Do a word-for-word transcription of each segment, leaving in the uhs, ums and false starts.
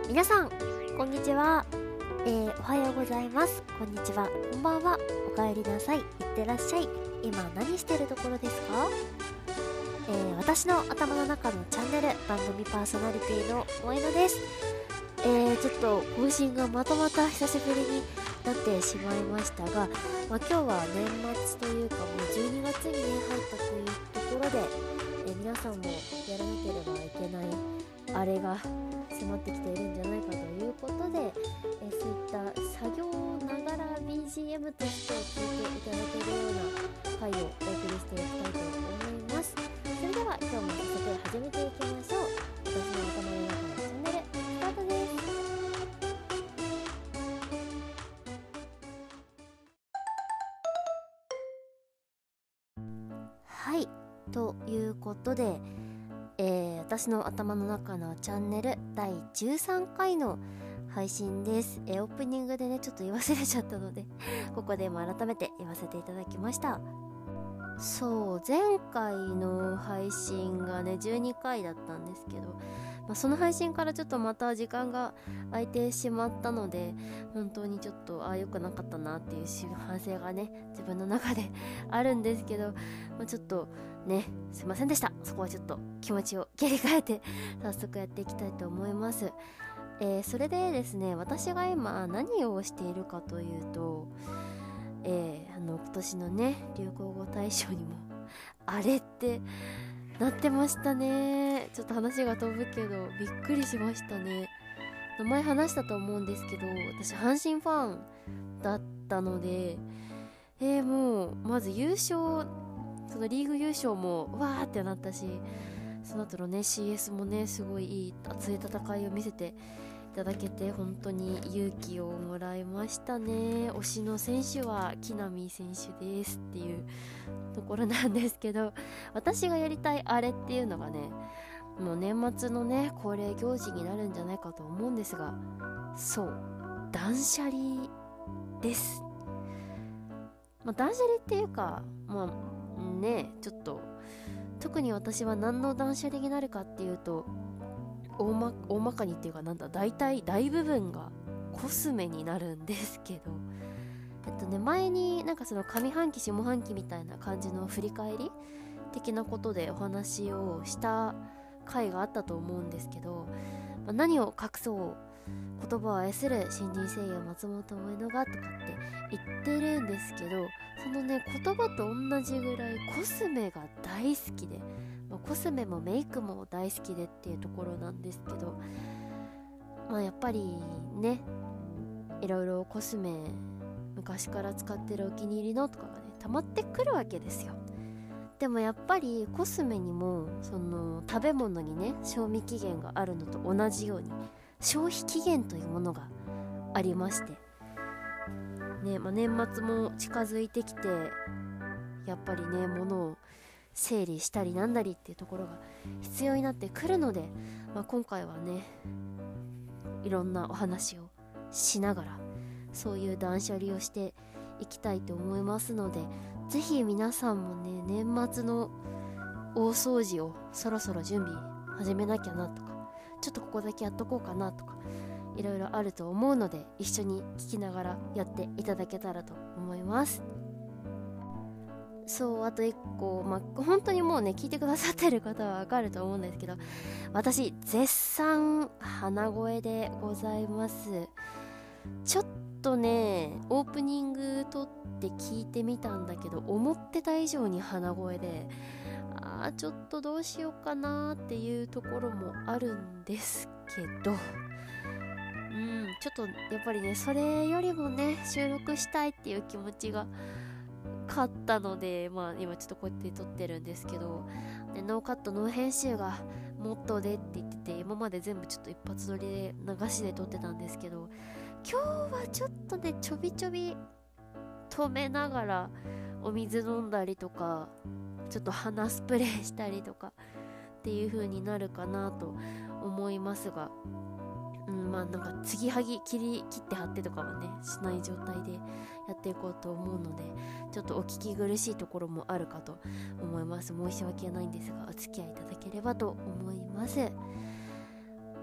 皆さんこんにちは、えー、おはようございます、こんにちは、こんばんは、おかえりなさい、いってらっしゃい。今何してるところですか？えー、私の頭の中のチャンネル番組パーソナリティの萌えのです。えー、ちょっと更新がまたまた久しぶりになってしまいましたが、まあ、今日は年末というかもうじゅうにがつに、ね、入ったというところで、えー、皆さんもやらなければいけないあれが迫ってきているんじゃないかということで、えー、そういった作業ながら ビージーエム として聴いていただけるような回をお送りしていきたいと思います。それでは今日も早速始めていきましょう。私の頭の中のチャンネルスタートです。はい、ということで、えー、私の頭の中のチャンネルだいじゅうさんかいの配信です。えー、オープニングでねちょっと言い忘れちゃったのでここでも改めて言わせていただきました。そう前回の配信がねじゅうにかいだったんですけど、まあ、その配信からちょっとまた時間が空いてしまったので、本当にちょっとああ良くなかったなっていう反省がね自分の中であるんですけど、まあ、ちょっとねすいませんでした。そこはちょっと気持ちを切り替えて早速やっていきたいと思います。えー、それでですね、私が今何をしているかというと、えー、あの今年のね流行語大賞にもあれってなってましたね。ちょっと話が飛ぶけどびっくりしましたね。名前話したと思うんですけど、私阪神ファンだったので、えー、もうまず優勝、そのリーグ優勝もわーってなったし、その後のね シーエス もねすごいいい熱い戦いを見せていただけて本当に勇気をもらいましたね。推しの選手は木浪選手ですっていうところなんですけど、私がやりたいあれっていうのがね、もう年末のね恒例行事になるんじゃないかと思うんですが、そう断捨離です。まあ、断捨離っていうかまあねちょっと特に私は何の断捨離になるかっていうと、大ま大まかにっていうかなんだ大体大部分がコスメになるんですけど、えっとね前になんかその上半期下半期みたいな感じの振り返り的なことでお話をした回があったと思うんですけど、まあ、何を隠そう言葉を愛する新人声優松本萌乃がとかって言ってるんですけど、そのね言葉と同じぐらいコスメが大好きで、まあ、コスメもメイクも大好きでっていうところなんですけど、まあやっぱりねいろいろコスメ昔から使ってるお気に入りのとかがね溜まってくるわけですよ。でもやっぱりコスメにもその食べ物にね賞味期限があるのと同じように消費期限というものがありまして、ねまあ、年末も近づいてきてやっぱりね物を整理したりなんだりっていうところが必要になってくるので、まあ、今回はねいろんなお話をしながらそういう断捨離をしていきたいと思いますので、ぜひ皆さんもね年末の大掃除をそろそろ準備始めなきゃなとか、ちょっとここだけやっとこうかなとかいろいろあると思うので、一緒に聞きながらやっていただけたらと思います。そうあといっこ、まあ、本当にもうね聞いてくださってる方はわかると思うんですけど、私絶賛鼻声でございます。ちょっとねオープニング撮って聞いてみたんだけど思ってた以上に鼻声で、あーちょっとどうしようかなっていうところもあるんですけど、うんちょっとやっぱりねそれよりもね収録したいっていう気持ちが勝ったので、まあ今ちょっとこうやって撮ってるんですけど、でノーカットノー編集がモットーでって言ってて、今まで全部ちょっと一発撮りで流しで撮ってたんですけど、今日はちょっとねちょびちょび止めながらお水飲んだりとかちょっと鼻スプレーしたりとかっていう風になるかなと思いますが、うん、まあなんか継ぎはぎ切り切って貼ってとかはねしない状態でやっていこうと思うので、ちょっとお聞き苦しいところもあるかと思います。申し訳ないんですがお付き合いいただければと思います。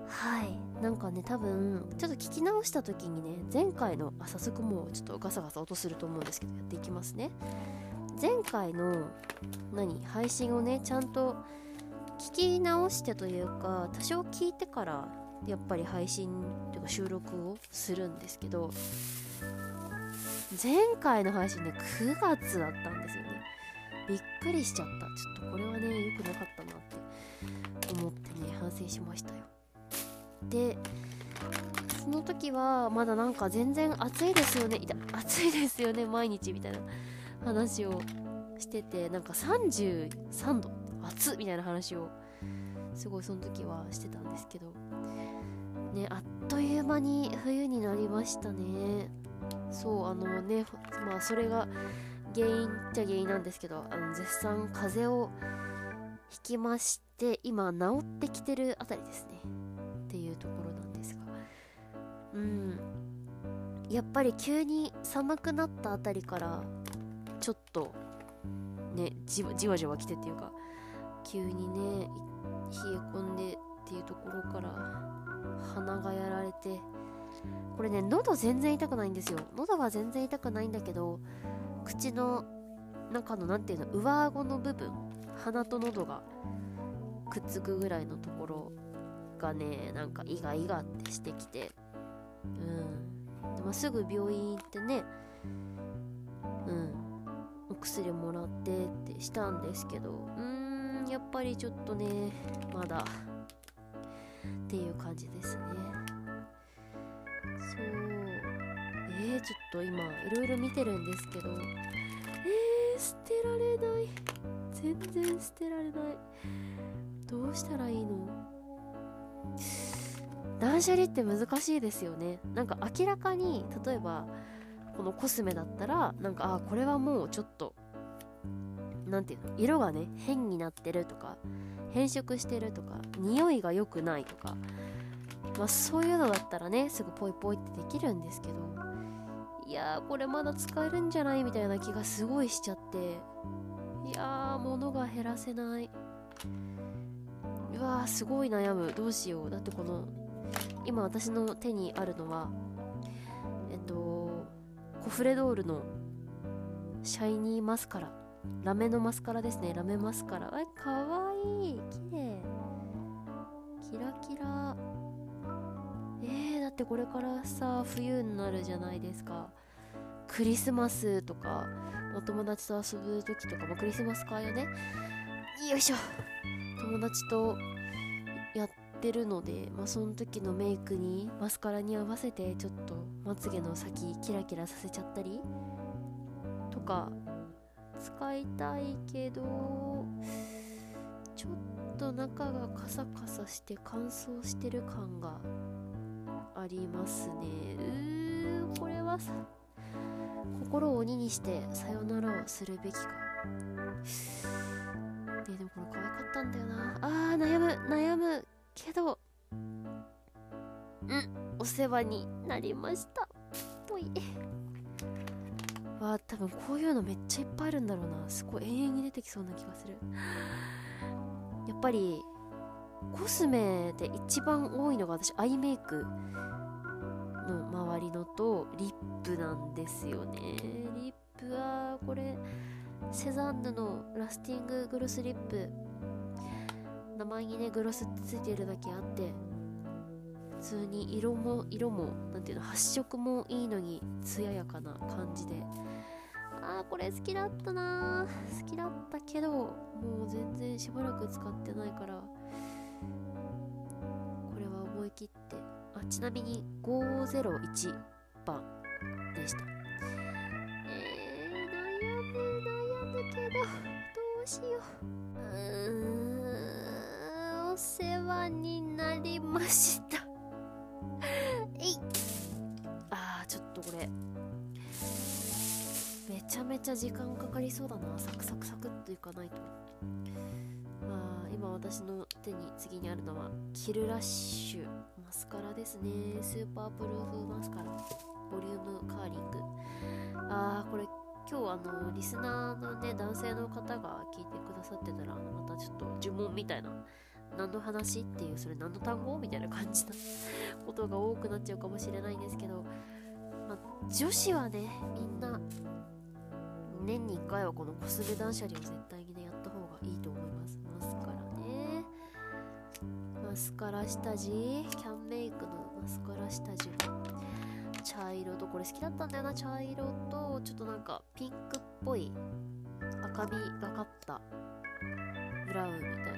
はい、なんかね多分ちょっと聞き直した時にね、前回のあ早速もうちょっとガサガサ音すると思うんですけど、やっていきますね。前回の何配信をねちゃんと聞き直してというか多少聞いてからやっぱり配信というか収録をするんですけど、前回の配信ねくがつだったんですよね。びっくりしちゃった。ちょっとこれはね良くなかったなって思ってね反省しましたよ。でその時はまだなんか全然暑いですよね、いた暑いですよね毎日みたいな話をしてて、なんかさんじゅうさんど暑っみたいな話をすごいその時はしてたんですけどね、あっという間に冬になりましたね。そうあのね、まあそれが原因っちゃ原因なんですけど、あの絶賛風邪をひきまして、今治ってきてるあたりですねっていうところなんですが、うんやっぱり急に寒くなったあたりからちょっとねじわじわじわ来てっていうか、急にね冷え込んでっていうところから鼻がやられて、これね喉全然痛くないんですよ。喉は全然痛くないんだけど、口の中のなんていうの上顎の部分、鼻と喉がくっつくぐらいのところがねなんかイガイガってしてきて、うんでもすぐ病院行ってね、うんお薬もらってってしたんですけど、うーんやっぱりちょっとねまだっていう感じですね。そうえー、ちょっと今いろいろ見てるんですけど、えー、捨てられない、全然捨てられない。どうしたらいいの。断捨離って難しいですよね。なんか明らかに例えばこのコスメだったらなんかあこれはもうちょっとなんていうの色がね変になってるとか変色してるとか匂いが良くないとか、まあそういうのだったらねすぐポイポイってできるんですけど、いやーこれまだ使えるんじゃないみたいな気がすごいしちゃって、いやー物が減らせない。うわーすごい悩む。どうしよう。だってこの今私の手にあるのはえっとコフレドールのシャイニーマスカラ、ラメのマスカラですね。ラメマスカラ、えかわいい、きれい、キラキラ。えー、だってこれからさ冬になるじゃないですか。クリスマスとかお友達と遊ぶ時とか、まあ、クリスマス会をねよいしょ友達とやってるので、まあ、その時のメイクにマスカラに合わせてちょっとまつげの先キラキラさせちゃったりとか使いたいけど、ちょっと中がカサカサして乾燥してる感がありますね。うーこれはさ心を鬼にしてさよならをするべきか。えでもこれ可愛かったんだよな。あー悩む悩むけど、うんお世話になりましたぽいわー多分こういうのめっちゃいっぱいあるんだろうな。すごい永遠に出てきそうな気がする。やっぱりコスメで一番多いのが私アイメイクの周りのとリップなんですよね。リップはこれセザンヌのラスティンググロスリップ、名前にねグロスってついてるだけあって普通に色も色もなんていうの発色もいいのに艶やかな感じで、あーこれ好きだったなー好きだったけどもう全然しばらく使ってないからこれは思い切って、あちなみにごーぜろいちばんでした。えー、悩む悩むけどどうしよう。うーんお世話になりましたえいあーちょっとこれめちゃめちゃ時間かかりそうだな。サクサクサクっといかないと。まあ今私の手に次にあるのはキルラッシュマスカラですね。スーパープルーフマスカラボリュームカーリング。あーこれ今日あのリスナーのね男性の方が聞いてくださってたらあのまたちょっと呪文みたいな何の話っていう、それ何の単語みたいな感じなことが多くなっちゃうかもしれないんですけど、まあ、女子はねみんな年にいっかいはこのコスメ断捨離を絶対にねやった方がいいと思います。マスカラね、マスカラ下地、キャンメイクのマスカラ下地、茶色と、これ好きだったんだよな、茶色とちょっとなんかピンクっぽい赤みがかったブラウンみたいな。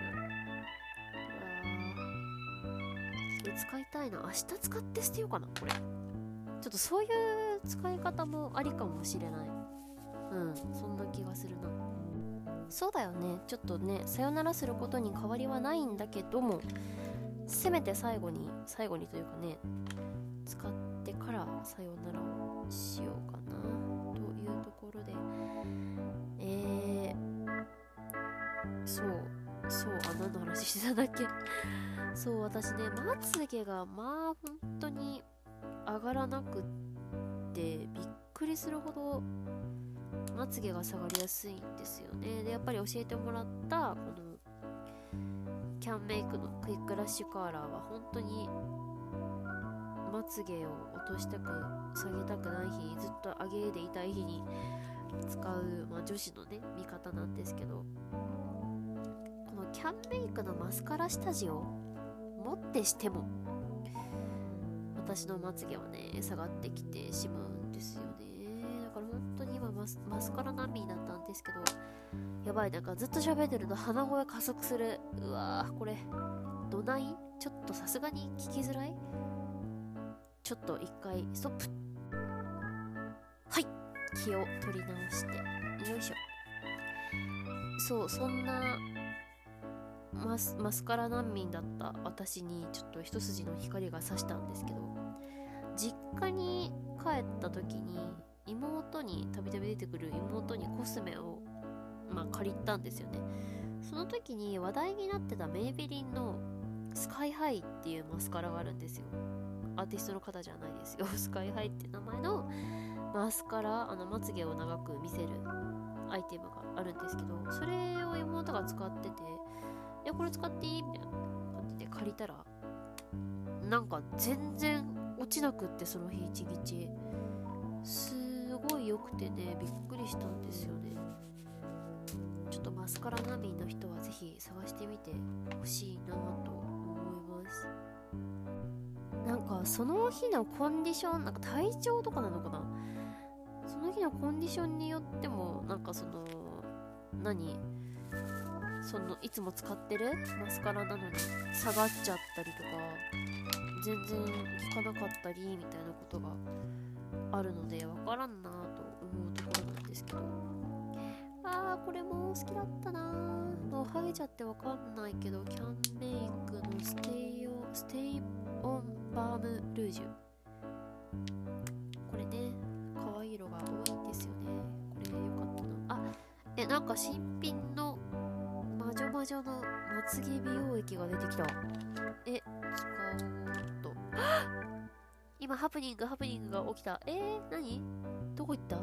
うわー、使いたいな。明日使って捨てようかな、これ。ちょっとそういう使い方もありかもしれない。うん、そんな気がするな。そうだよね、ちょっとねさよならすることに変わりはないんだけども、せめて最後に最後にというかね、使ってからさよならをしようかなというところで、えー、そうそうあ何の話してたんだっけそう私ね、まつげがまあ本当に上がらなくってびっくりするほどまつげが下がりやすいんですよね。でやっぱり教えてもらったこのキャンメイクのクイックラッシュカーラーは本当にまつげを落としたく下げたくない日、ずっと上げでいたい日に使う、まあ、女子のね味方なんですけど、このキャンメイクのマスカラ下地をもってしても私のまつげはね下がってきてしまうんですよね。だから本当に今マス、マスカラ難民だったんですけど、やばい、なんかずっと喋ってると鼻声加速する。うわー、これどないちょっとさすがに聞きづらい。ちょっと一回ストップ。はい、気を取り直してよいしょ。そうそんなマス、マスカラ難民だった私にちょっと一筋の光が差したんですけど、実家に帰った時に妹にたびたび出てくる妹にコスメを、まあ、借りたんですよね。その時に話題になってたメイベリンのスカイハイっていうマスカラがあるんですよ。アーティストの方じゃないですよスカイハイって名前のマスカラ、あのまつげを長く見せるアイテムがあるんですけど、それを妹が使ってて、いやこれ使っていいみたいな感じで借りたら、なんか全然落ちなくって、その日一日すごい良くてね、びっくりしたんですよね。ちょっとマスカラ難民の人はぜひ探してみてほしいなと思います。なんかその日のコンディション、なんか体調とかなのかな、その日のコンディションによってもなんかその何そのいつも使ってるマスカラなのに下がっちゃったりとか全然効かなかったりみたいなことがあるのでわからんなと思うところなんですけど、あーこれも好きだったな。もうハゲちゃってわかんないけど、キャンメイクのステイオンステイオンバームルージュ、これね可愛い色が多いんですよね。これ良かったなあ。えなんか新品の魔女魔女のまつげ美容液が出てきた。え使おうと今ハプニングハプニングが起きた。えー、何どこ行った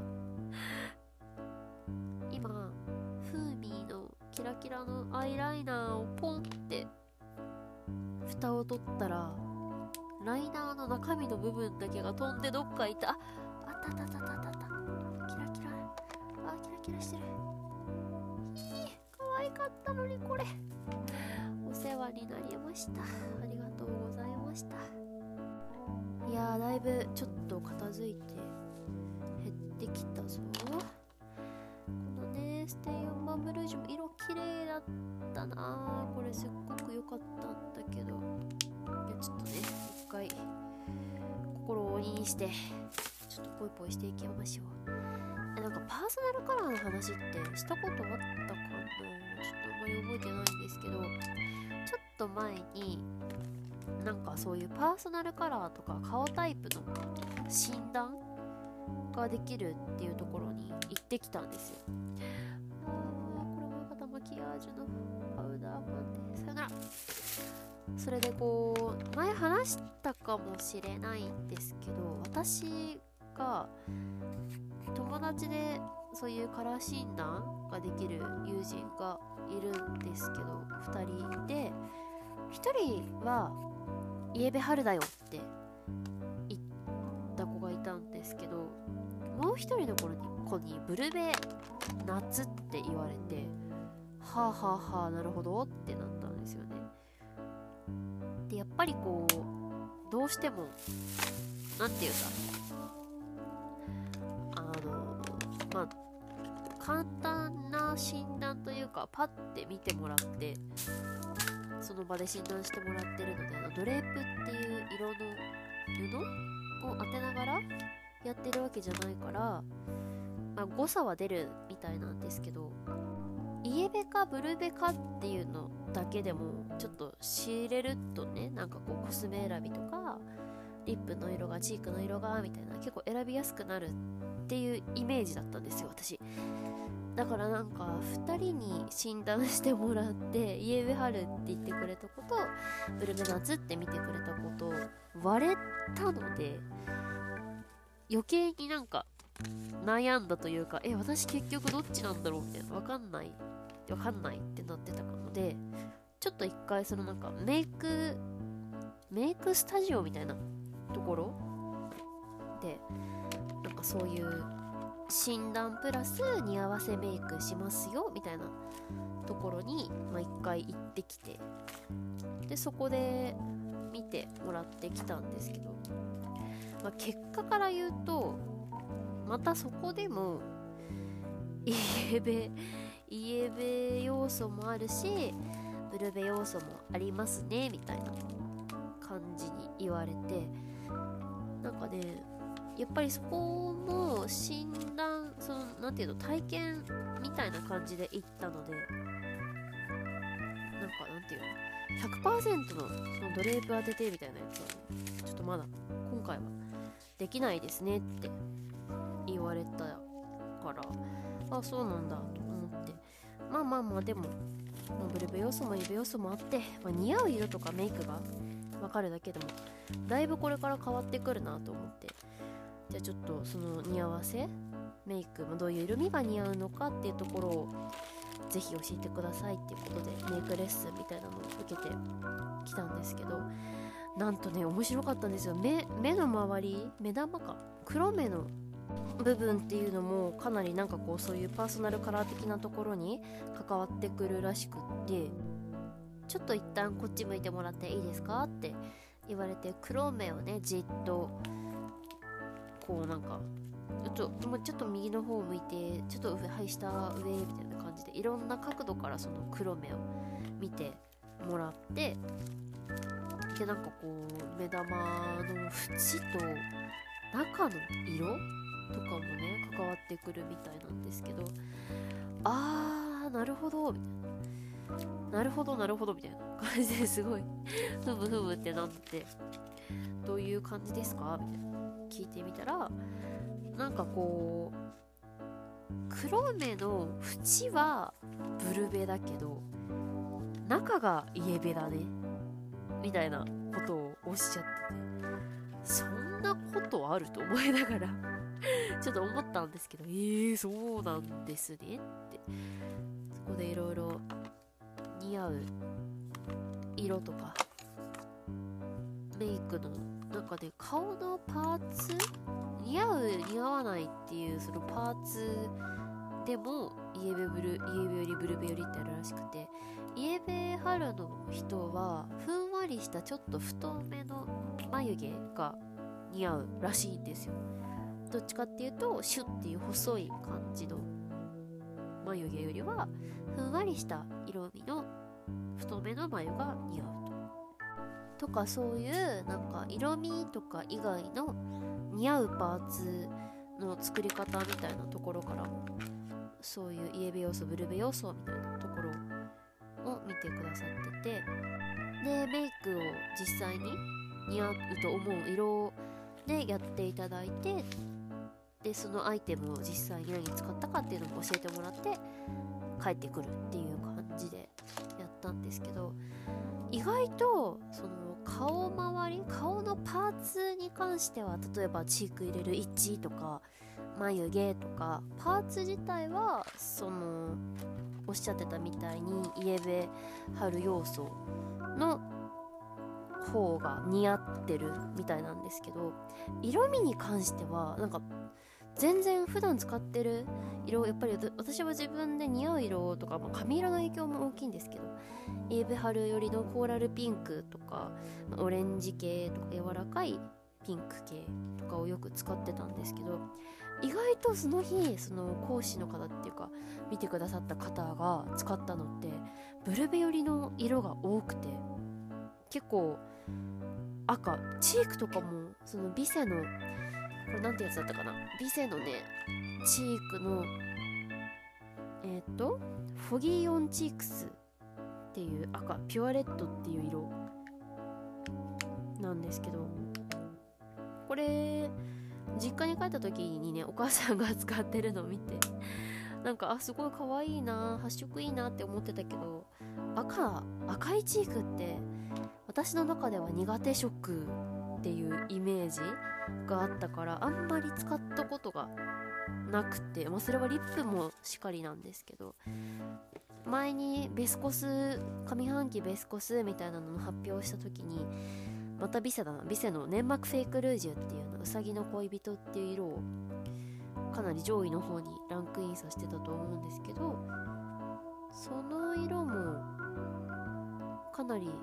今フーミーのキラキラのアイライナーをポンって蓋を取ったら、ライナーの中身の部分だけが飛んでどっか行った。あ、あったあったあったあったあった。キラキラ、あ、キラキラしてる。可愛かったのにこれ。お世話になりました。ありがとうございました。いやーだいぶちょっと片付いて減ってきたぞ。このねステイオンバームルージュも色綺麗だったな。これすっごく良かったんだけど、いやちょっとね一回心を鬼にしてちょっとポイポイしていきましょう。えなんかパーソナルカラーの話ってしたことあったかな、ちょっとあんまり覚えてないんですけど、ちょっと前になんかそういうパーソナルカラーとか顔タイプの診断ができるっていうところに行ってきたんですよ。あーこれもまたマキアージュのパウダーファンでさよなら。それでこう前話したかもしれないんですけど、私が友達でそういうカラー診断ができる友人がいるんですけど、ふたりで一人はイエベ春だよって言った子がいたんですけど、もう一人の子に子にブルベ夏って言われて、はあはあはあなるほどってなったんですよね。でやっぱりこうどうしてもなんていうかあのまあ簡単な診断というかパッて見てもらってその場で診断してもらってるので、あのドレープっていう色の布を当てながらやってるわけじゃないから、まあ、誤差は出るみたいなんですけど、イエベかブルベかっていうのだけでもちょっと知れるとね、なんかこうコスメ選びとかリップの色がチークの色がみたいな結構選びやすくなるっていうイメージだったんですよ私。だからなんかふたりに診断してもらってイエベ春って言ってくれたことブルベ夏って見てくれたこと割れたので、余計になんか悩んだというか、え私結局どっちなんだろうみたいな、わかんないわかんないってなってたので、ちょっと一回そのなんかメイクメイクスタジオみたいなところでなんかそういう診断プラス似合わせメイクしますよみたいなところにまあ一回行ってきて、でそこで見てもらってきたんですけど、まあ、結果から言うとまたそこでもイエベイエベ要素もあるしブルベ要素もありますねみたいな感じに言われて、なんかねやっぱりそこも診断そのなんていうの体験みたいな感じで行ったので、なんかなんていうの ひゃくパーセント のそのドレープ当ててみたいなやつは、ね、ちょっとまだ今回はできないですねって言われたから、あそうなんだと思って、まあまあまあでも、まあ、ブルベ要素もイベ要素もあって、まあ、似合う色とかメイクが分かるだけでもだいぶこれから変わってくるなと思って、じゃあちょっとその似合わせメイクもどういう色味が似合うのかっていうところをぜひ教えてくださいっていうことでメイクレッスンみたいなのを受けてきたんですけど、なんとね面白かったんですよ。 目, 目の周り目玉か黒目の部分っていうのもかなりなんかこうそういうパーソナルカラー的なところに関わってくるらしくって、ちょっと一旦こっち向いてもらっていいですかって言われて、黒目をねじっとこうなんかちょっともうちょっと右の方を向いてちょっと上はい下上みたいな感じでいろんな角度からその黒目を見てもらって、でなんかこう目玉の縁と中の色とかもね関わってくるみたいなんですけど、あーなるほどみたいななるほどなるほどみたいな感じですごいふむふむってなって、どういう感じですかみたいな聞いてみたら、なんかこう黒目の縁はブルベだけど中がイエベだねみたいなことをおっしゃってて、そんなことあると思いながらちょっと思ったんですけど、えーそうなんですねって、そこでいろいろ似合う色とかメイクの中で顔のパーツ似合う似合わないっていうそのパーツでもイエベブルイエベよりブルベよりってあるらしくて、イエベ春の人はふんわりしたちょっと太めの眉毛が似合うらしいんですよ。どっちかっていうとシュッっていう細い感じの眉毛よりはふんわりした色味の太めの眉が似合うとか、そういうなんか色味とか以外の似合うパーツの作り方みたいなところからもそういうイエベ要素ブルベ要素みたいなところを見てくださってて、でメイクを実際に似合うと思う色でやっていただいて、でそのアイテムを実際に何に使ったかっていうのも教えてもらって帰ってくるっていう感じでやったんですけど、意外とその顔周り顔のパーツに関しては、例えばチーク入れる位置とか眉毛とかパーツ自体はそのおっしゃってたみたいにイエベ春要素の方が似合ってるみたいなんですけど、色味に関してはなんか全然普段使ってる色、やっぱり私は自分で似合う色とか、まあ、髪色の影響も大きいんですけど、イーブ春よりのコーラルピンクとかオレンジ系とか柔らかいピンク系とかをよく使ってたんですけど、意外とその日その講師の方っていうか見てくださった方が使ったのってブルベ寄りの色が多くて、結構赤、チークとかもそのビセの、これなんてやつだったかな、ビセのねチークのえっとフォギーオンチークスっていう赤、ピュアレッドっていう色なんですけど、これ実家に帰った時にねお母さんが使ってるのを見て、なんかあすごい可愛いな、発色いいなって思ってたけど、赤赤いチークって私の中では苦手色っていうイメージがあったから、あんまり使ったことがなくて、まあ、それはリップもしかりなんですけど、前にベスコス上半期ベスコスみたいなのの発表した時に、またビセだな、ビセの粘膜フェイクルージュっていうの、うさぎの恋人っていう色をかなり上位の方にランクインさせてたと思うんですけど、その色もかなり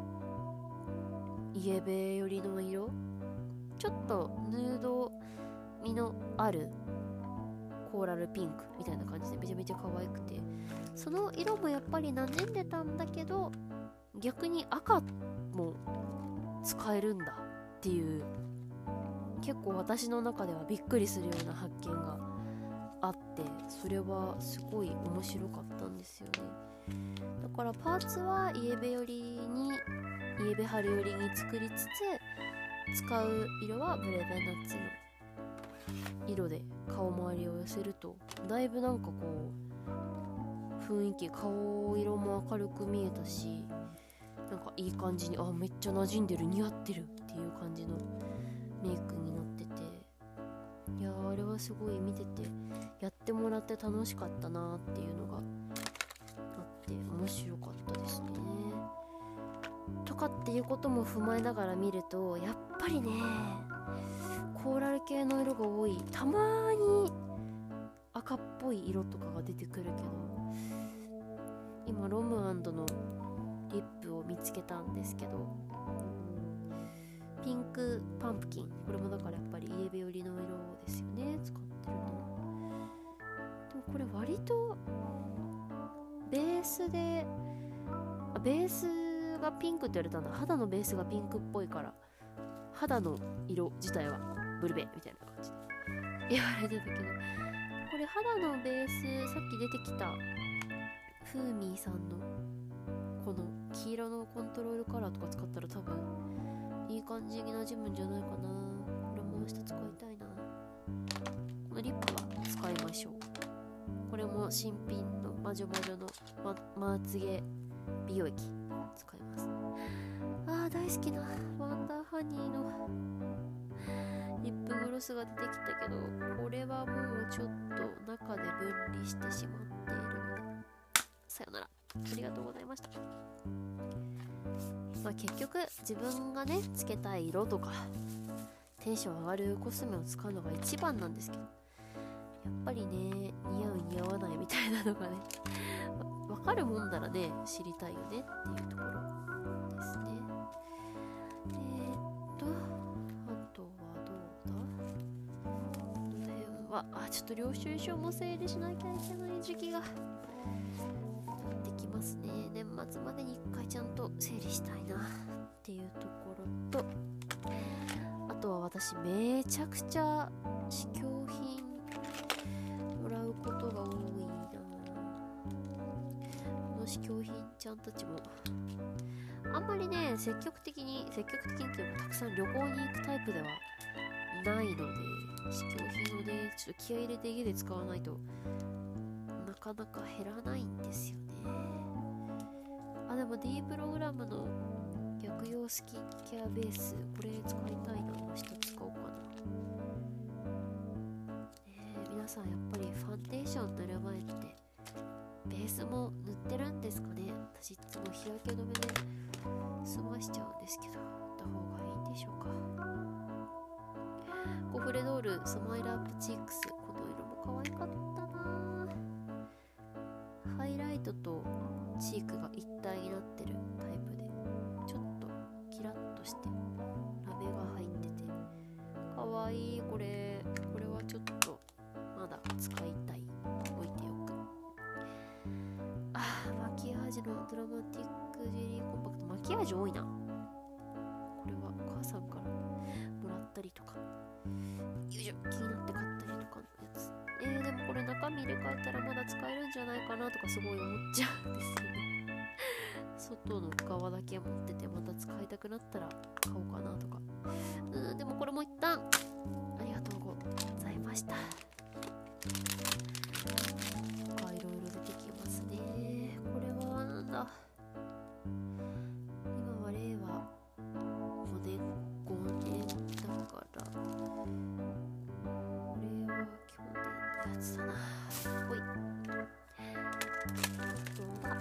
イエベ寄りの色、ちょっとヌード味のあるコーラルピンクみたいな感じでめちゃめちゃ可愛くて、その色もやっぱり馴染んでたんだけど、逆に赤も使えるんだっていう、結構私の中ではびっくりするような発見があって、それはすごい面白かったんですよね。だからパーツはイエベ寄りにイエベ春寄りに作りつつ、使う色はブレベナッツの色で顔周りを寄せると、だいぶなんかこう雰囲気、顔色も明るく見えたし、なんかいい感じに、あめっちゃ馴染んでる、似合ってるっていう感じのメイクになってて、いやーあれはすごい見ててやってもらって楽しかったなっていうのがあって面白かったですね。とかっていうことも踏まえながら見ると、やっぱりねコーラル系の色が多い、たまに赤っぽい色とかが出てくるけど、今ロムアンドのリップを見つけたんですけど、ピンクパンプキン、これもだからやっぱりイエベ寄りの色ですよね、使ってるの。でもこれ割とベースで、あベースがピンクって言われたんだ、肌のベースがピンクっぽいから肌の色自体はブルベみたいな感じで言われてたけど、これ肌のベース、さっき出てきたフーミーさんのこの黄色のコントロールカラーとか使ったら多分いい感じに馴染むんじゃないかな。これも明日使いたいな。このリップは使いましょう。これも新品の魔女魔女の、ま、まつげ美容液使います。あー大好きなワンダーハニーのリップグロスが出てきたけど、これはもうちょっと中で分離してしまっているので、さよなら、ありがとうございました。まあ、結局自分がねつけたい色とかテンション上がるコスメを使うのが一番なんですけど、やっぱりね似合う似合わないみたいなのがねわかるもんならね知りたいよねっていうところですね。えー、っとあとはどうだ、この辺はあちょっと領収書も整理しなきゃいけない時期ができますね。年末までに一回ちゃんと整理したいなっていうところと、あとは私めちゃくちゃ試供品もらうことが多いな。この試供品ちゃんたちもあんまりね積極的に積極的にというかたくさん旅行に行くタイプではないので、試供品をねちょっと気合い入れて家で使わないとなかなか減らないんですよね。あでも D プログラムの薬用スキンケアベース、これ使いたいな、明日使おうかな。えー、皆さんやっぱりファンデーション塗る前ってベースも塗ってるんですかね。私いつも日焼け止めで済ましちゃうんですけど、った方がいいんでしょうか。コフレドールスマイルアップチークス、この色も可愛かったな。ハイライトとチークが一体になってるタイプで、ちょっとキラッとしてラメが入ってて可愛い。これこれはちょっとまだ使いたい。置いておく。あー、マキアージュのドラマティックジェリーコンパクト。マキアージュ多いな。これはお母さんからもらったりとか、よいしょ、気になって買ったりとかのやつ。えー、でもこれ中身入れ替えたらまだ使えるんじゃないかなとかすごい思っちゃうんですよね。外の側だけ持ってて、また使いたくなったら買おうかなとか。うん、でもこれも一旦ありがとうございました。なんかいろいろ出てきますね。これはなんだ、今は令和ごねんごねんだから、これは去年のやつだな。ほい。どうだ。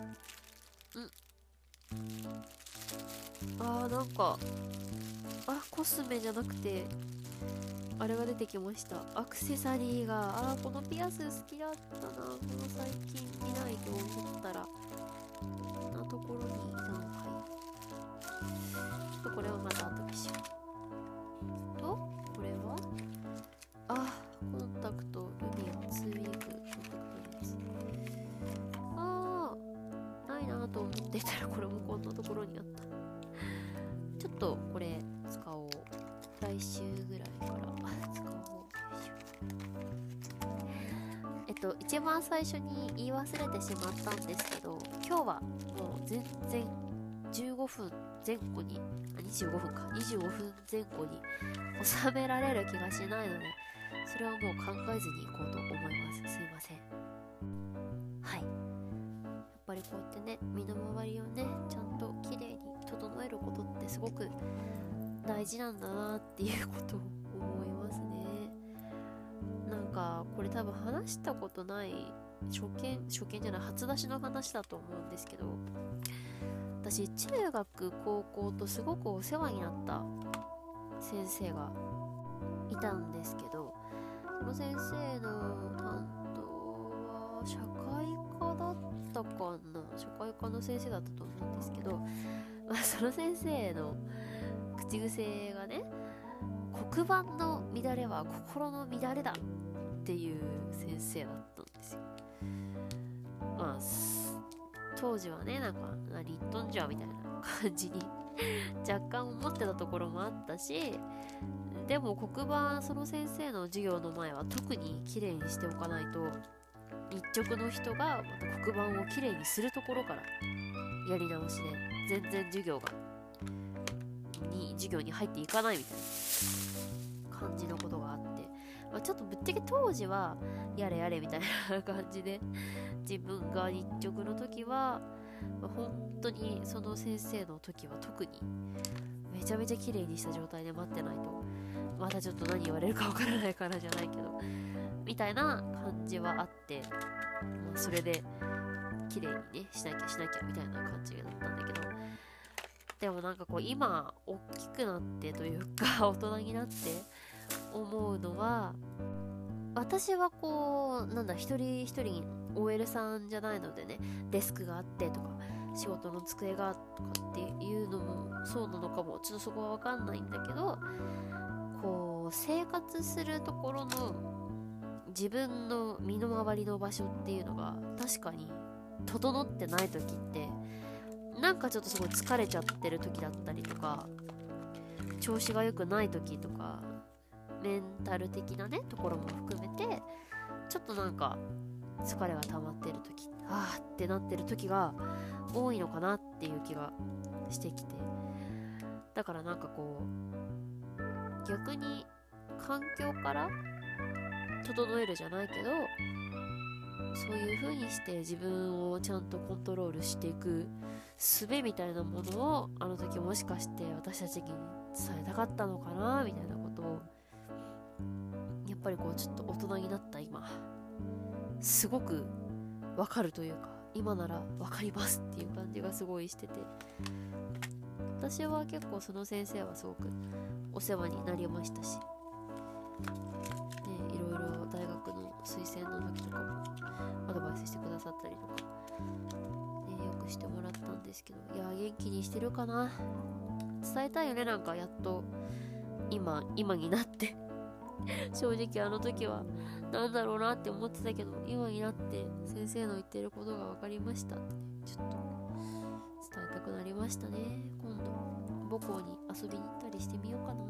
うん。あー、なんかあ、コスメじゃなくてあれが出てきました。アクセサリーが。あー、このピアス好きだったな。この最近見ないと思ったらこんなところにいたのかい。ちょっとこれはまた後にしようと。これはあ、コンタクトルミオツーウィークコンタクトレンズ。あー、ないなと思っていたらこれもこんなところにあった。ちょっとこれ使おう。来週ぐらいから使おう。えっと一番最初に言い忘れてしまったんですけど、今日はもう全然じゅうごふんぜん後にあにじゅうごふんかにじゅうごふんぜん後に収められる気がしないので、それはもう考えずにいこうと思います。すいません。はい、やっぱりこうやってね、身の回りをねちゃんときれいに整えることってすごく大事なんだなっていうことを思いますね。なんかこれ多分話したことない初見初見じゃない初出しの話だと思うんですけど、私中学高校とすごくお世話になった先生がいたんですけど、その先生の担当は社会科だったかな、社会科の先生だったと思うんですけど、まあ、その先生の口癖がね、黒板の乱れは心の乱れだっていう先生だったんですよ。まあ当時はね、なんかリットンじゃんみたいな感じに若干思ってたところもあったし、でも黒板、その先生の授業の前は特に綺麗にしておかないと、日直の人がまた黒板を綺麗にするところからやり直しで全然授業がに授業に入っていかないみたいな感じのことがあって、まあ、ちょっとぶっちゃけ当時はやれやれみたいな感じで、自分が日直の時は、まあ、本当にその先生の時は特にめちゃめちゃ綺麗にした状態で待ってないとまたちょっと何言われるかわからないからじゃないけどみたいな感じはあって、まあ、それで綺麗にねしなきゃしなきゃみたいな感じだったんだけど、でもなんかこう今大きくなってというか大人になって思うのは、私はこうなんだ一人一人に オーエル さんじゃないのでね、デスクがあってとか仕事の机がとかっていうのもそうなのかもちょっとそこは分かんないんだけど、こう生活するところの自分の身の回りの場所っていうのが確かに整ってない時ってなんかちょっとすごい疲れちゃってる時だったりとか、調子が良くない時とか、メンタル的なねところも含めてちょっとなんか疲れが溜まってる時、あーってなってる時が多いのかなっていう気がしてきて、だからなんかこう逆に環境から整えるじゃないけど、そういう風にして自分をちゃんとコントロールしていく術みたいなものをあの時もしかして私たちに伝えたかったのかなみたいなことを、やっぱりこうちょっと大人になった今すごくわかるというか、今ならわかりますっていう感じがすごいしてて、 私は結構その先生はすごくお世話になりましたし、ね、いろいろ大学の推薦の時とかもアドバイスしてくださったりとか、ね、よくしてもらったんですけど、いや元気にしてるかな。伝えたいよね、なんかやっと今今になって正直あの時はなんだろうなって思ってたけど、今になって先生の言ってることが分かりましたって、ね、ちょっと伝えたくなりましたね。今度母校に遊びに行ったりしてみようかな、うん、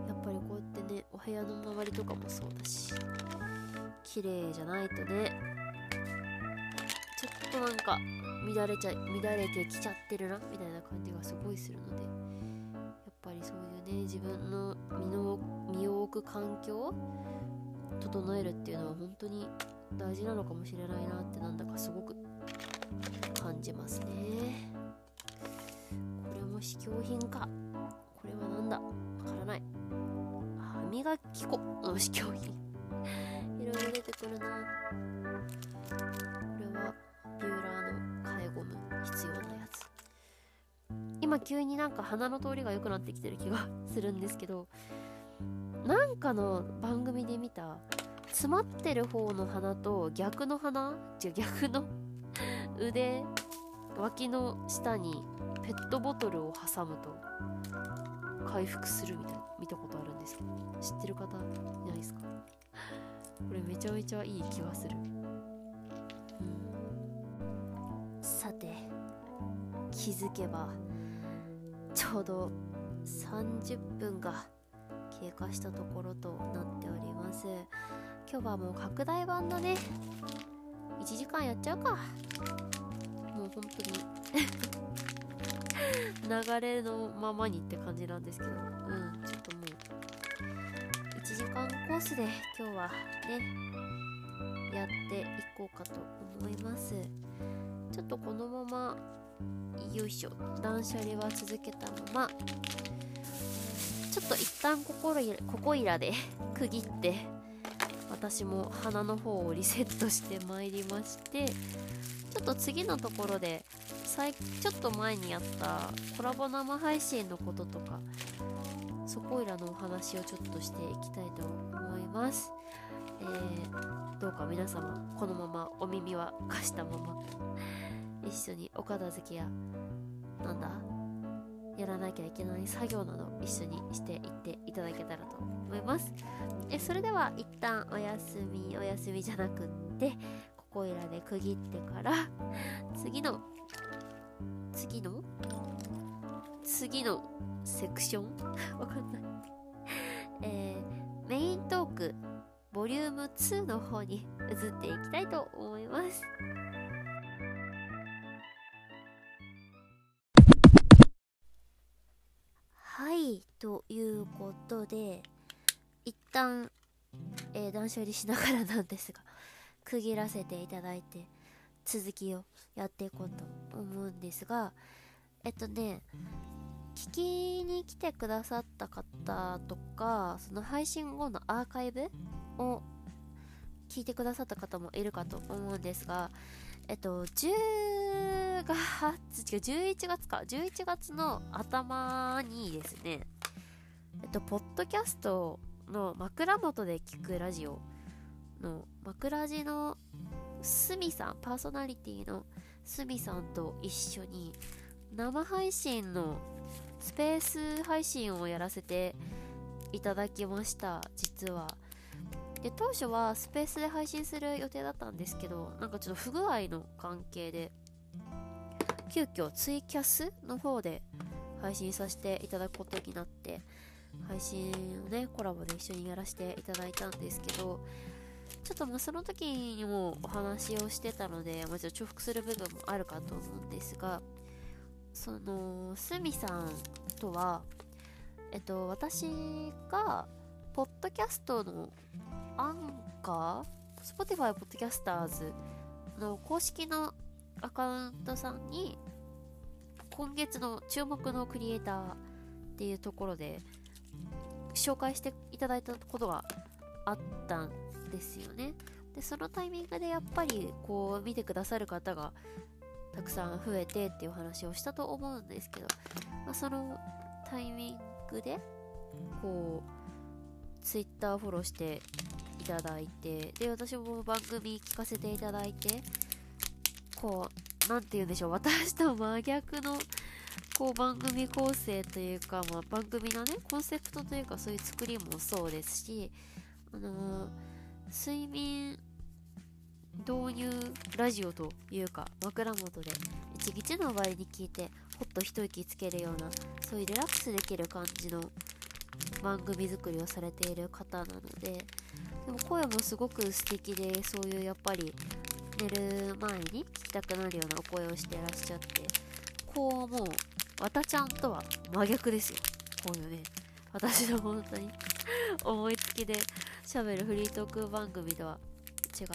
やっぱりこうやってね、お部屋の周りとかもそうだし、綺麗じゃないとね、ちょっとなんか乱れちゃ乱れてきちゃってるなみたいな感じがすごいするので、やっぱりそういうね、自分の身の身を置く環境を整えるっていうのは本当に大事なのかもしれないなって、なんだかすごく感じますね。これも試供品か、これはなんだわからない。歯磨き粉の試供品いろいろ出てくるな。これはビューラーの替えゴム必要なやつ。今急になんか鼻の通りが良くなってきてる気がするんですけど、なんかの番組で見た詰まってる方の鼻と逆の鼻違う逆の腕脇の下にペットボトルを挟むと回復するみたいな見たことあるんですけど、知ってる方いないですか？これめちゃめちゃいい気がする、うん、さて気づけばちょうどさんじゅっぷんが経過したところとなっております。今日はもう拡大版だね。いちじかんやっちゃうか。もう本当に流れのままにって感じなんですけど、うん、ちょっともういちじかんコースで今日はねやっていこうかと思います。ちょっとこのままよいしょ断捨離は続けたまま、ちょっと一旦ここいらここいらで区切って私も鼻の方をリセットしてまいりまして、ちょっと次のところで最ちょっと前にやったコラボ生配信のこととかそこいらのお話をちょっとしていきたいと思います。えー、どうか皆様このままお耳は貸したまま一緒にお片付けやなんだやらなきゃいけない作業など一緒にしていっていただけたらと思います。えそれでは一旦お休みお休みじゃなくってここいらで区切ってから次の次の次のセクションわかんない、えー、メイントークボリュームツーの方に移っていきたいと思います。はいということで一旦、えー、断捨離しながらなんですが区切らせていただいて続きをやっていこうと思うんですが、えっとね聞きに来てくださった方とかその配信後のアーカイブを聞いてくださった方もいるかと思うんですが、えっとじゅうがつ違うじゅういちがつかじゅういちがつの頭にですね、えっとポッドキャストの枕元で聞くラジオの枕地のすみさん、パーソナリティのすみさんと一緒に生配信のスペース配信をやらせていただきました。実はで当初はスペースで配信する予定だったんですけど、なんかちょっと不具合の関係で急遽ツイキャスの方で配信させていただくことになって配信をねコラボで一緒にやらせていただいたんですけど、ちょっとまあその時にもお話をしてたので、まあ、ちょっと重複する部分もあるかと思うんですが、そのすみさんとはえっと私がポッドキャストのアンカー Spotify ポッドキャスターズの公式のアカウントさんに今月の注目のクリエイターっていうところで紹介していただいたことがあったんですよね。でそのタイミングでやっぱりこう見てくださる方がたくさん増えてっていう話をしたと思うんですけど、まあ、そのタイミングでこうツイッターフォローしていただいて、で私も番組聞かせていただいて、こうなんて言うんでしょう、私と真逆のこう番組構成というか、まあ、番組のねコンセプトというか、そういう作りもそうですし、あのー、睡眠導入ラジオというか枕元で一日の終わりに聞いてほっと一息つけるような、そういうリラックスできる感じの番組作りをされている方なので、でも声もすごく素敵で、そういうやっぱり寝る前に聞きたくなるようなお声をしていらっしゃって、こうもうわたちゃんとは真逆ですよ。こういうね、私の本当に思いつきで喋るフリートーク番組とは違って、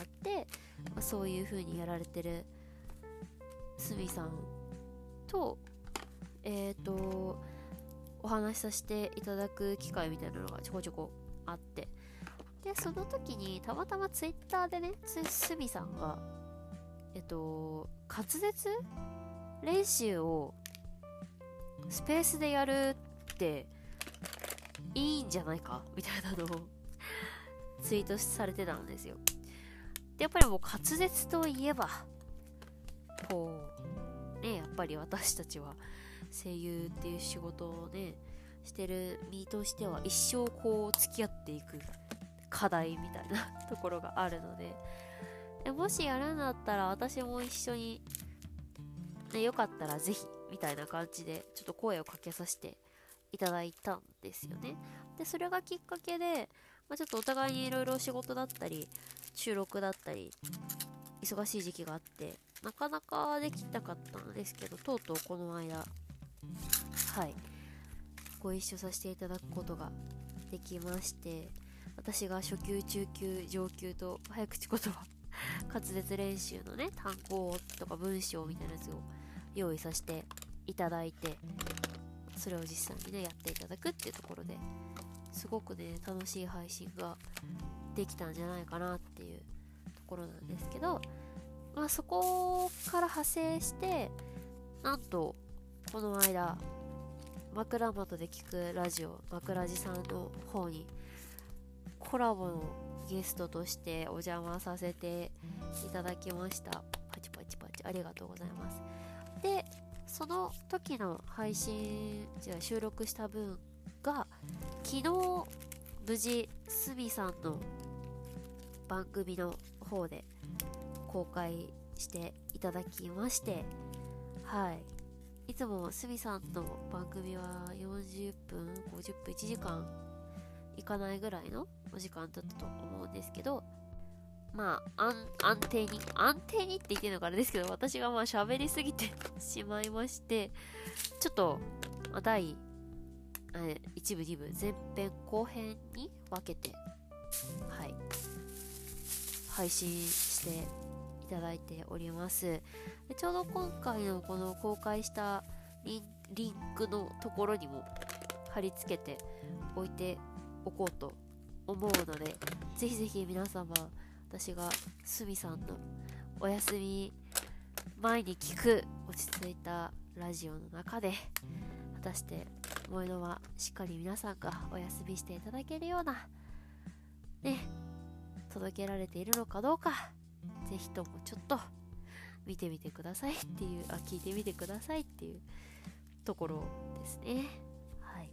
まあ、そういう風にやられてるすみさんとえっ、ー、とお話しさせていただく機会みたいなのがちょこちょこあって、でその時にたまたまツイッターでね、すみさんがえっ、ー、と滑舌練習をスペースでやるっていいんじゃないかみたいなのをツイートされてたんですよ。でやっぱりもう滑舌といえばこうね、やっぱり私たちは声優っていう仕事をねしてる身としては一生こう付き合っていく課題みたいなところがあるので、でもしやるんだったら私も一緒に、ね、よかったらぜひみたいな感じでちょっと声をかけさせていただいたんですよね。でそれがきっかけで、まあ、ちょっとお互いにいろいろ仕事だったり収録だったり忙しい時期があってなかなかできなかったんですけど、とうとうこの間はいご一緒させていただくことができまして、私が初級中級上級と早口言葉滑舌練習のね単語とか文章みたいなやつを用意させていただいて、それを実際にねやっていただくっていうところですごくね楽しい配信ができたんじゃないかなっていうところなんですけど、まあそこから派生してなんとこの間枕元で聞くラジオ枕地さんの方にコラボのゲストとしてお邪魔させていただきました。パチパチパチありがとうございます。でその時の配信じゃあ収録した分が昨日無事すみさんの番組の方で公開していただきまして、はいいつもすみさんの番組はよんじゅっぷんごじゅっぷんいちじかんいかないぐらいのお時間だったと思うんですけど、まあ安安定に安定にって言ってるのからですけど、私がまあ喋りすぎてしまいまして、ちょっと、まあ、第いち部に部前編後編に分けてはい配信していただいております。でちょうど今回のこの公開したリン、リンクのところにも貼り付けておいておこうと思うので、ぜひぜひ皆様私がすみさんのお休み前に聞く落ち着いたラジオの中で果たして萌えのはしっかり皆さんがお休みしていただけるようなね届けられているのかどうか、ぜひともちょっと見てみてくださいっていうあ聞いてみてくださいっていうところですね。はい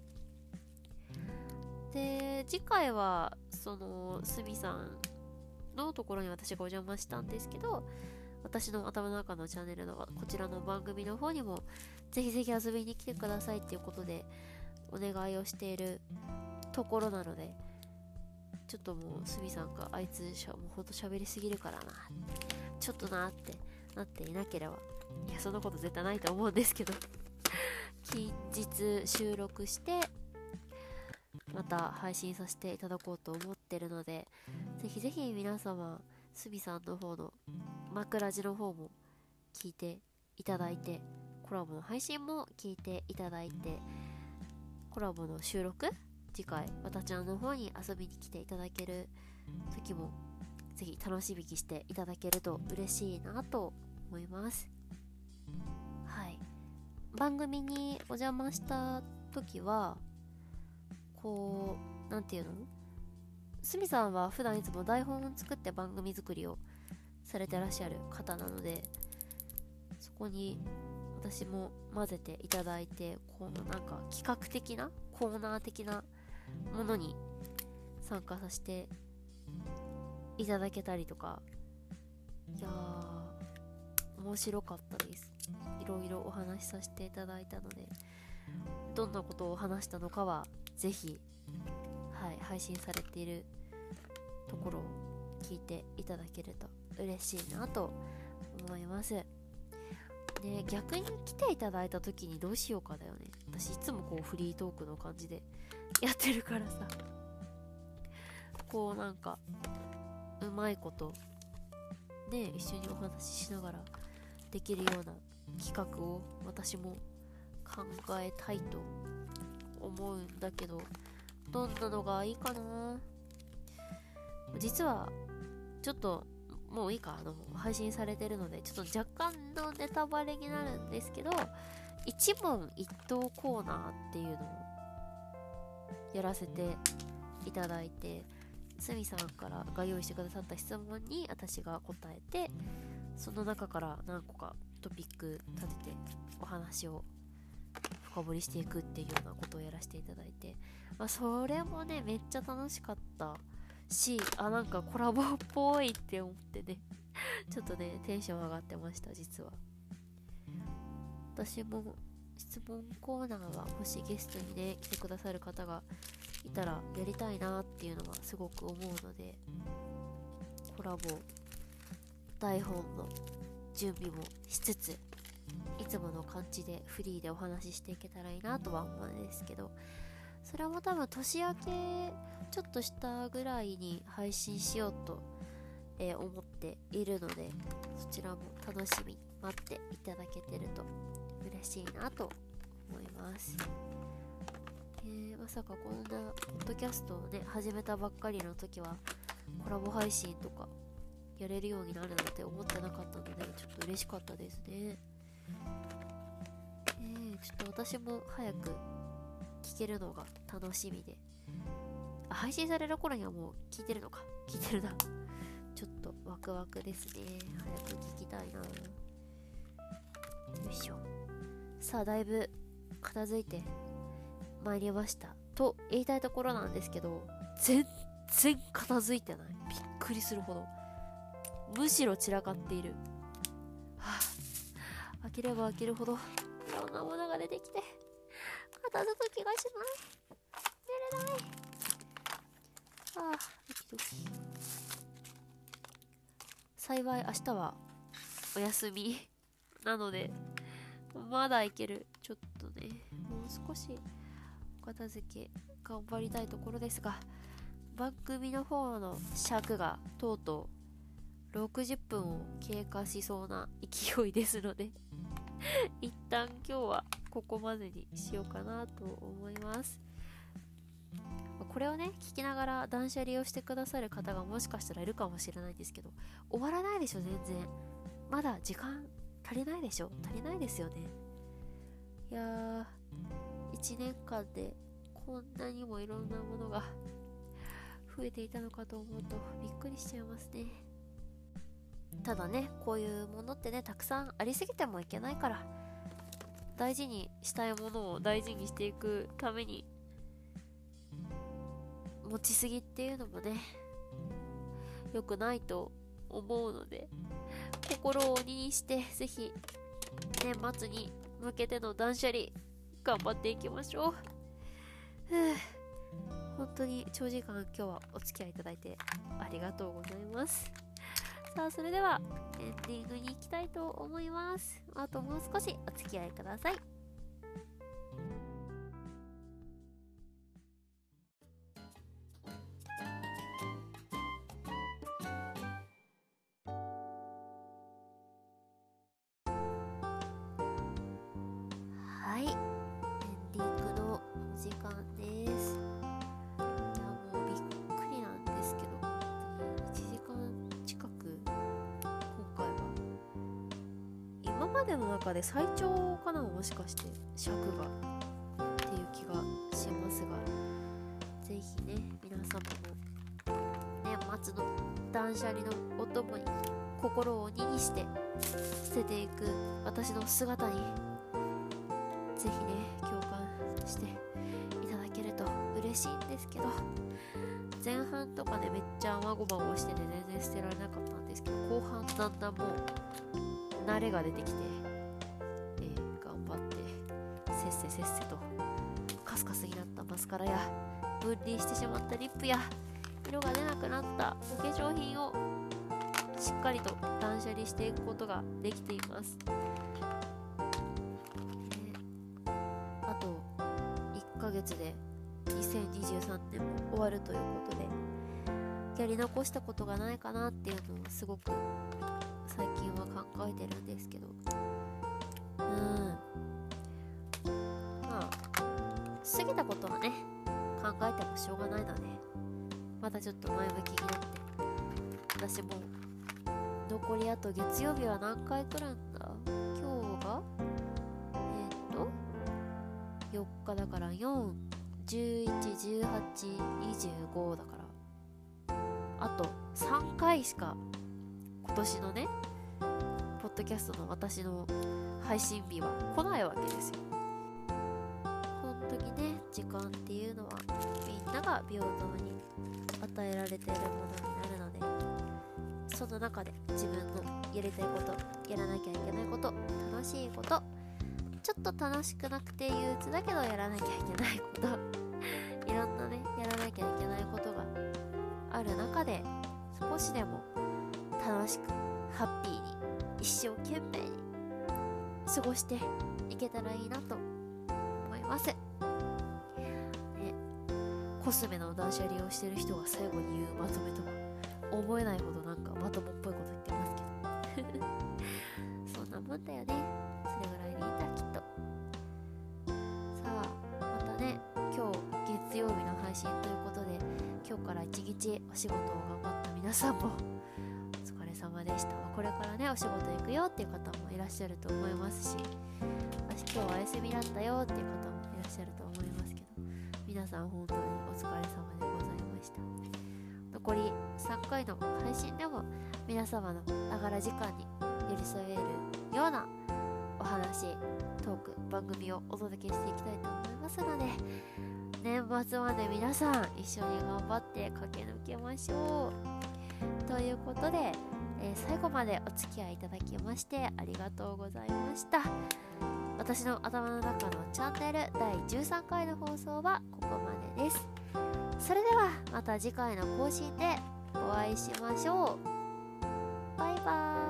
で次回はそのすみさんのところに私がお邪魔したんですけど、私の頭の中のチャンネルのこちらの番組の方にもぜひぜひ遊びに来てくださいっていうことでお願いをしているところなので、ちょっともうすみさんがあいつしゃもうほんと喋りすぎるからなちょっとなってなっていなければ、いやそんなこと絶対ないと思うんですけど近日収録してまた配信させていただこうと思ってるので、ぜひぜひ皆様すみさんの方の枕地の方も聞いていただいて、コラボの配信も聞いていただいて、コラボの収録次回わたちゃんの方に遊びに来ていただける時もぜひ楽しみにしていただけると嬉しいなと思います。 番組にお邪魔した時はこうなんていうの、すみさんは普段いつも台本を作って番組作りをされてらっしゃる方なので、そこに私も混ぜていただいて、このなんか企画的なコーナー的なものに参加させていただけたりとか、いやー面白かったです。いろいろお話しさせていただいたので、どんなことを話したのかはぜひ、はい、配信されているところを聞いていただけると嬉しいなと思います。で、逆に来ていただいた時にどうしようかだよね。私いつもこうフリートークの感じでやってるからさ、こうなんかうまいことね、一緒にお話ししながらできるような企画を私も考えたいと思うんだけど、どんなのがいいかな。実はちょっともういいか、あの配信されてるのでちょっと若干のネタバレになるんですけど、一問一答コーナーっていうのをやらせていただいて、すみさんからが用意してくださった質問に私が答えて、その中から何個かトピック立ててお話を深掘りしていくっていうようなことをやらせていただいて、まあ、それもねめっちゃ楽しかったし、あ、なんかコラボっぽいって思ってねちょっとねテンション上がってました。実は私も質問コーナーはもしゲストにね来てくださる方がいたらやりたいなっていうのはすごく思うので、コラボ台本の準備もしつつ、いつもの感じでフリーでお話ししていけたらいいなとは思うんですけど、それも多分年明けちょっとしたぐらいに配信しようと、えー、思っているので、そちらも楽しみに待っていただけてると嬉しいなと思います。えー、まさかこんなポッドキャストをね始めたばっかりの時はコラボ配信とかやれるようになるなんて思ってなかったので、ちょっと嬉しかったですね。えー、ちょっと私も早く聞けるのが楽しみで、あ、配信される頃にはもう聞いてるのか、聞いてるなちょっとワクワクですね。早く聞きたいな。よいしょ。さあ、だいぶ片付いて参りましたと言いたいところなんですけど、全然片付いてない。びっくりするほど、むしろ散らかっている。はあ、開ければ開けるほどいろんなものが出てきて片付く気がしない。寝れない。ああ、ドキドキ。幸い明日はお休みなのでまだいける。ちょっとね、もう少しお片付け頑張りたいところですが、番組の方の尺がとうとうろくじゅっぷんを経過しそうな勢いですので一旦今日はここまでにしようかなと思います。これをね聞きながら断捨離をしてくださる方がもしかしたらいるかもしれないんですけど、終わらないでしょ。全然まだ時間足りないでしょ。足りないですよね。いやー、いちねんかんでこんなにもいろんなものが増えていたのかと思うとびっくりしちゃいますね。ただね、こういうものってねたくさんありすぎてもいけないから、大事にしたいものを大事にしていくために、持ちすぎっていうのもね良くないと思うので、心を鬼にしてぜひ年末に向けての断捨離頑張っていきましょう。ふう、本当に長時間今日はお付き合いいただいてありがとうございます。さあ、それではエンディングに行きたいと思います。あともう少しお付き合いください。はい、エンディングのお時間です。いや、もうびっくりなんですけど、いちじかん近く今回は今ままでの中で最長かな、もしかして尺がっていう気がしますが、ぜひね皆様も年末の断捨離のお供に心を鬼にして捨てていく私の姿にぜひね共感していただけると嬉しいんですけど、前半とかねめっちゃまごまごしてて全然捨てられなかったんですけど、後半だんだんもう慣れが出てきて、えー、頑張ってせっせせっせとカスカスになったマスカラや分離してしまったリップや色が出なくなったお化粧品をしっかりと断捨離していくことができています。あといっかげつでにせんにじゅうさんねんも終わるということで、やり残したことがないかなっていうのをすごく最近は考えてるんですけど、うんまあ過ぎたことはね考えてもしょうがないので、またちょっと前向きになって、私も残りあと月曜日は何回来るんだ、今日がえっ、ー、とよっかだからよん、じゅういち、じゅうはち、にじゅうごだからあとさんかいしか今年のねポッドキャストの私の配信日は来ないわけですよ。本当にね時間っていうのはみんなが平等に与えられているものになるので、その中で自分のやりたいこと、やらなきゃいけないこと、楽しいこと、ちょっと楽しくなくて憂鬱だけどやらなきゃいけないこといろんなねやらなきゃいけないことがある中で、少しでも楽しくハッピーに一生懸命に過ごしていけたらいいなと思います、ね、コスメの断捨離をしてる人が最後に言うまとめとか思えないほどなんかまともっぽいこと言ってますけどそんなもんだよね、それぐらいでいいんだきっと。さあまたね今日月曜日の配信ということで、今日から一日お仕事を頑張った皆さんもお疲れ様でした。これからねお仕事行くよっていう方もいらっしゃると思いますし、私今日はお休みだったよっていう方もいらっしゃると思いますけど、皆さん本当にお疲れ様でございました。残りさんかいの配信でも皆様のながら時間に寄り添えるようなお話、トーク、番組をお届けしていきたいと思いますので、年末まで皆さん一緒に頑張って駆け抜けましょうということで、えー、最後までお付き合いいただきましてありがとうございました。私の頭の中のチャンネルだいじゅうさんかいの放送はここまでです。それではまた次回の更新でお会いしましょう。バイバーイ。